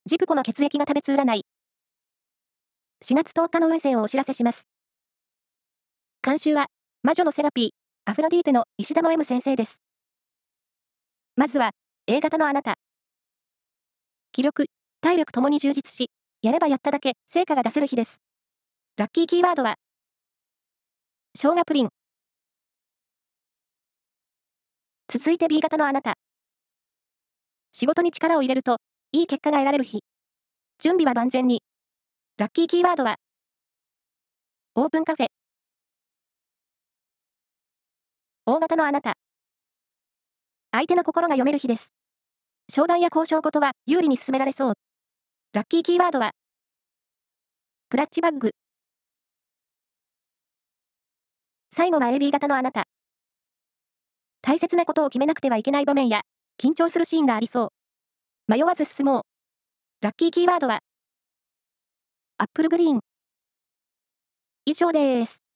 ジプコの血液が食べつ占い。4月10日の運勢をお知らせします。監修は、魔女のセラピー、アフロディーテの石田の M 先生です。まずは、A 型のあなた。気力、体力ともに充実し、やればやっただけ成果が出せる日です。ラッキーキーワードは、生姜プリン。続いて B 型のあなた。仕事に力を入れると、いい結果が得られる日。準備は万全に。ラッキーキーワードは、オープンカフェ。O 型のあなた。相手の心が読める日です。商談や交渉事は有利に進められそう。ラッキーキーワードは、クラッチバッグ。最後は AB 型のあなた。大切なことを決めなくてはいけない場面や、緊張するシーンがありそう。迷わず進もう。ラッキーキーワードは、アップルグリーン。以上です。